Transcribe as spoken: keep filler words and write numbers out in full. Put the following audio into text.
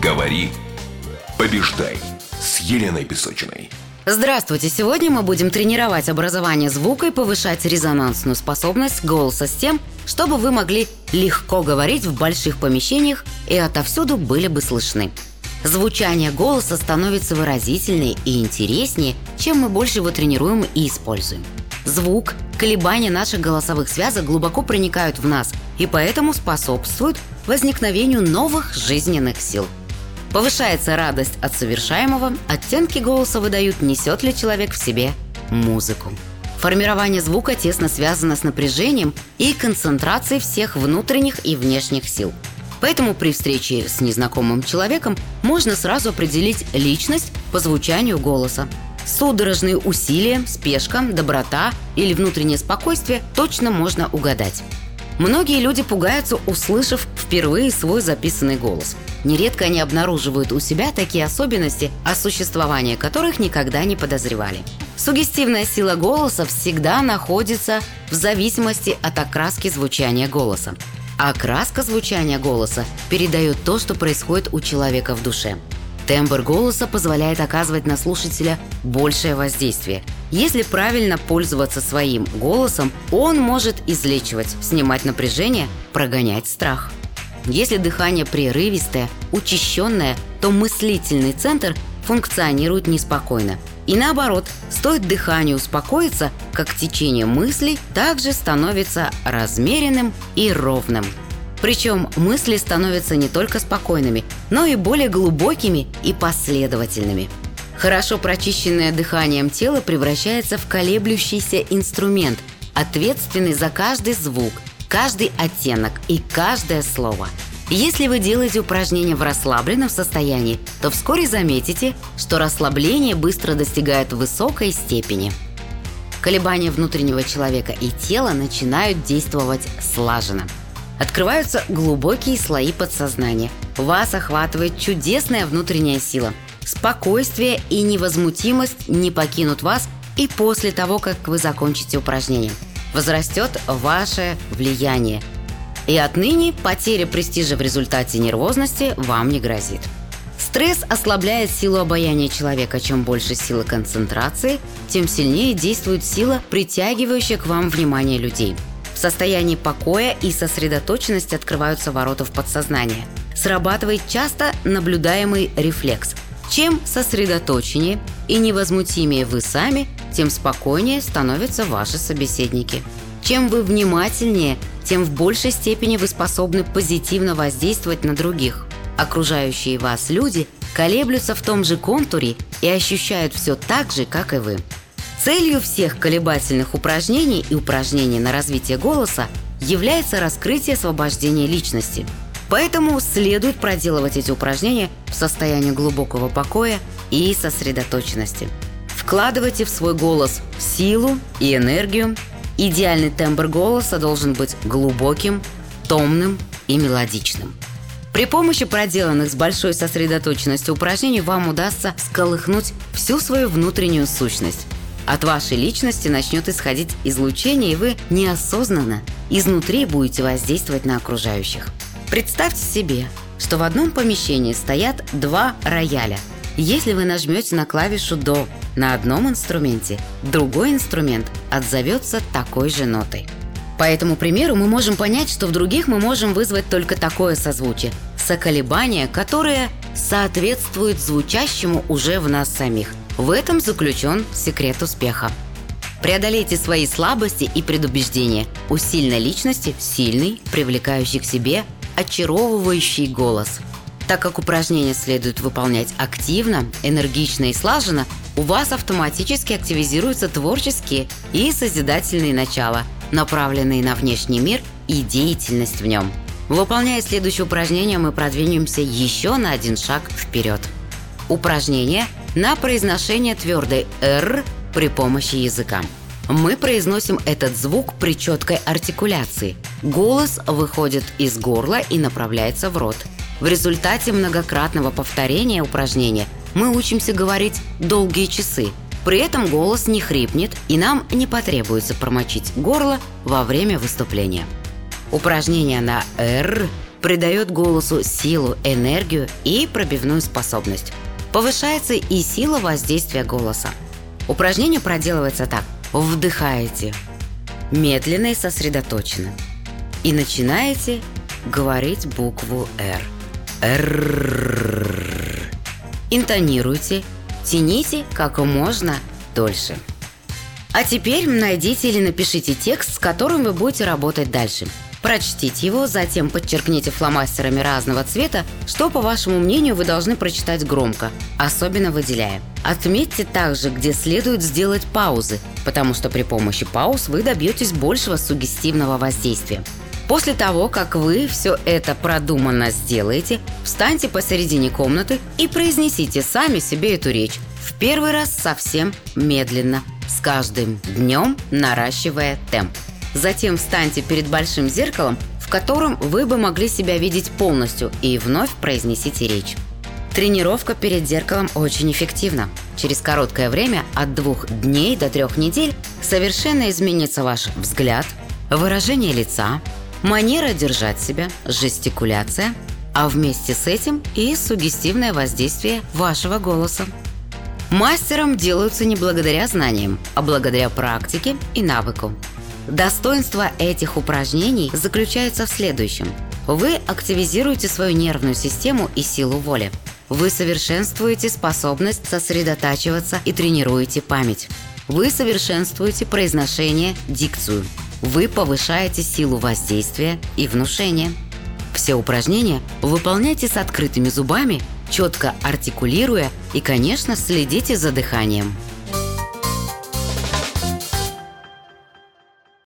Говори, побеждай с Еленой Песочиной. Здравствуйте! Сегодня мы будем тренировать образование звука и повышать резонансную способность голоса с тем, чтобы вы могли легко говорить в больших помещениях и отовсюду были бы слышны. Звучание голоса становится выразительнее и интереснее, чем мы больше его тренируем и используем. Звук, колебания наших голосовых связок глубоко проникают в нас и поэтому способствуют возникновению новых жизненных сил. Повышается радость от совершаемого, оттенки голоса выдают, несет ли человек в себе музыку. Формирование звука тесно связано с напряжением и концентрацией всех внутренних и внешних сил. Поэтому при встрече с незнакомым человеком можно сразу определить личность по звучанию голоса. Судорожные усилия, спешка, доброта или внутреннее спокойствие точно можно угадать. Многие люди пугаются, услышав впервые свой записанный голос. Нередко они обнаруживают у себя такие особенности, о существовании которых никогда не подозревали. Суггестивная сила голоса всегда находится в зависимости от окраски звучания голоса. А окраска звучания голоса передает то, что происходит у человека в душе. Тембр голоса позволяет оказывать на слушателя большее воздействие. Если правильно пользоваться своим голосом, он может излечивать, снимать напряжение, прогонять страх. Если дыхание прерывистое, учащенное, то мыслительный центр функционирует неспокойно. И наоборот, стоит дыханию успокоиться, как течение мыслей также становится размеренным и ровным. Причем мысли становятся не только спокойными, но и более глубокими и последовательными. Хорошо прочищенное дыханием тело превращается в колеблющийся инструмент, ответственный за каждый звук, каждый оттенок и каждое слово. Если вы делаете упражнения в расслабленном состоянии, то вскоре заметите, что расслабление быстро достигает высокой степени. Колебания внутреннего человека и тела начинают действовать слаженно. Открываются глубокие слои подсознания. Вас охватывает чудесная внутренняя сила. Спокойствие и невозмутимость не покинут вас и после того, как вы закончите упражнение. Возрастет ваше влияние. И отныне потеря престижа в результате нервозности вам не грозит. Стресс ослабляет силу обаяния человека. Чем больше силы концентрации, тем сильнее действует сила, притягивающая к вам внимание людей. В состоянии покоя и сосредоточенности открываются ворота в подсознание. Срабатывает часто наблюдаемый рефлекс. Чем сосредоточеннее и невозмутимее вы сами, тем спокойнее становятся ваши собеседники. Чем вы внимательнее, тем в большей степени вы способны позитивно воздействовать на других. Окружающие вас люди колеблются в том же контуре и ощущают все так же, как и вы. Целью всех колебательных упражнений и упражнений на развитие голоса является раскрытие освобождения личности. Поэтому следует проделывать эти упражнения в состоянии глубокого покоя и сосредоточенности. Вкладывайте в свой голос силу и энергию. Идеальный тембр голоса должен быть глубоким, томным и мелодичным. При помощи проделанных с большой сосредоточенностью упражнений вам удастся всколыхнуть всю свою внутреннюю сущность. От вашей личности начнет исходить излучение, и вы неосознанно изнутри будете воздействовать на окружающих. Представьте себе, что в одном помещении стоят два рояля. Если вы нажмете на клавишу «до» на одном инструменте, другой инструмент отзовется такой же нотой. По этому примеру мы можем понять, что в других мы можем вызвать только такое созвучие, соколебание, которое соответствует звучащему уже в нас самих. В этом заключен секрет успеха. Преодолейте свои слабости и предубеждения. У сильной личности сильный, привлекающий к себе, очаровывающий голос. Так как упражнения следует выполнять активно, энергично и слаженно, у вас автоматически активизируются творческие и созидательные начала, направленные на внешний мир и деятельность в нем. Выполняя следующее упражнение, мы продвинемся еще на один шаг вперед. Упражнение на произношение твердой «р» при помощи языка. Мы произносим этот звук при четкой артикуляции. Голос выходит из горла и направляется в рот. В результате многократного повторения упражнения мы учимся говорить долгие часы. При этом голос не хрипнет, и нам не потребуется промочить горло во время выступления. Упражнение на «р» придает голосу силу, энергию и пробивную способность. Повышается и сила воздействия голоса. Упражнение проделывается так. Вдыхаете медленно и сосредоточенно. И начинаете говорить букву «Р». «Р». Интонируйте, тяните как можно дольше. А теперь найдите или напишите текст, с которым вы будете работать дальше. Прочтите его, затем подчеркните фломастерами разного цвета, что, по вашему мнению, вы должны прочитать громко, особенно выделяя. Отметьте также, где следует сделать паузы, потому что при помощи пауз вы добьетесь большего суггестивного воздействия. После того, как вы все это продуманно сделаете, встаньте посередине комнаты и произнесите сами себе эту речь. В первый раз совсем медленно, с каждым днем наращивая темп. Затем встаньте перед большим зеркалом, в котором вы бы могли себя видеть полностью, и вновь произнесите речь. Тренировка перед зеркалом очень эффективна. Через короткое время, от двух дней до трех недель, совершенно изменится ваш взгляд, выражение лица, манера держать себя, жестикуляция, а вместе с этим и суггестивное воздействие вашего голоса. Мастером делаются не благодаря знаниям, а благодаря практике и навыку. Достоинство этих упражнений заключается в следующем. Вы активизируете свою нервную систему и силу воли. Вы совершенствуете способность сосредотачиваться и тренируете память. Вы совершенствуете произношение, дикцию. Вы повышаете силу воздействия и внушения. Все упражнения выполняйте с открытыми зубами, четко артикулируя и, конечно, следите за дыханием.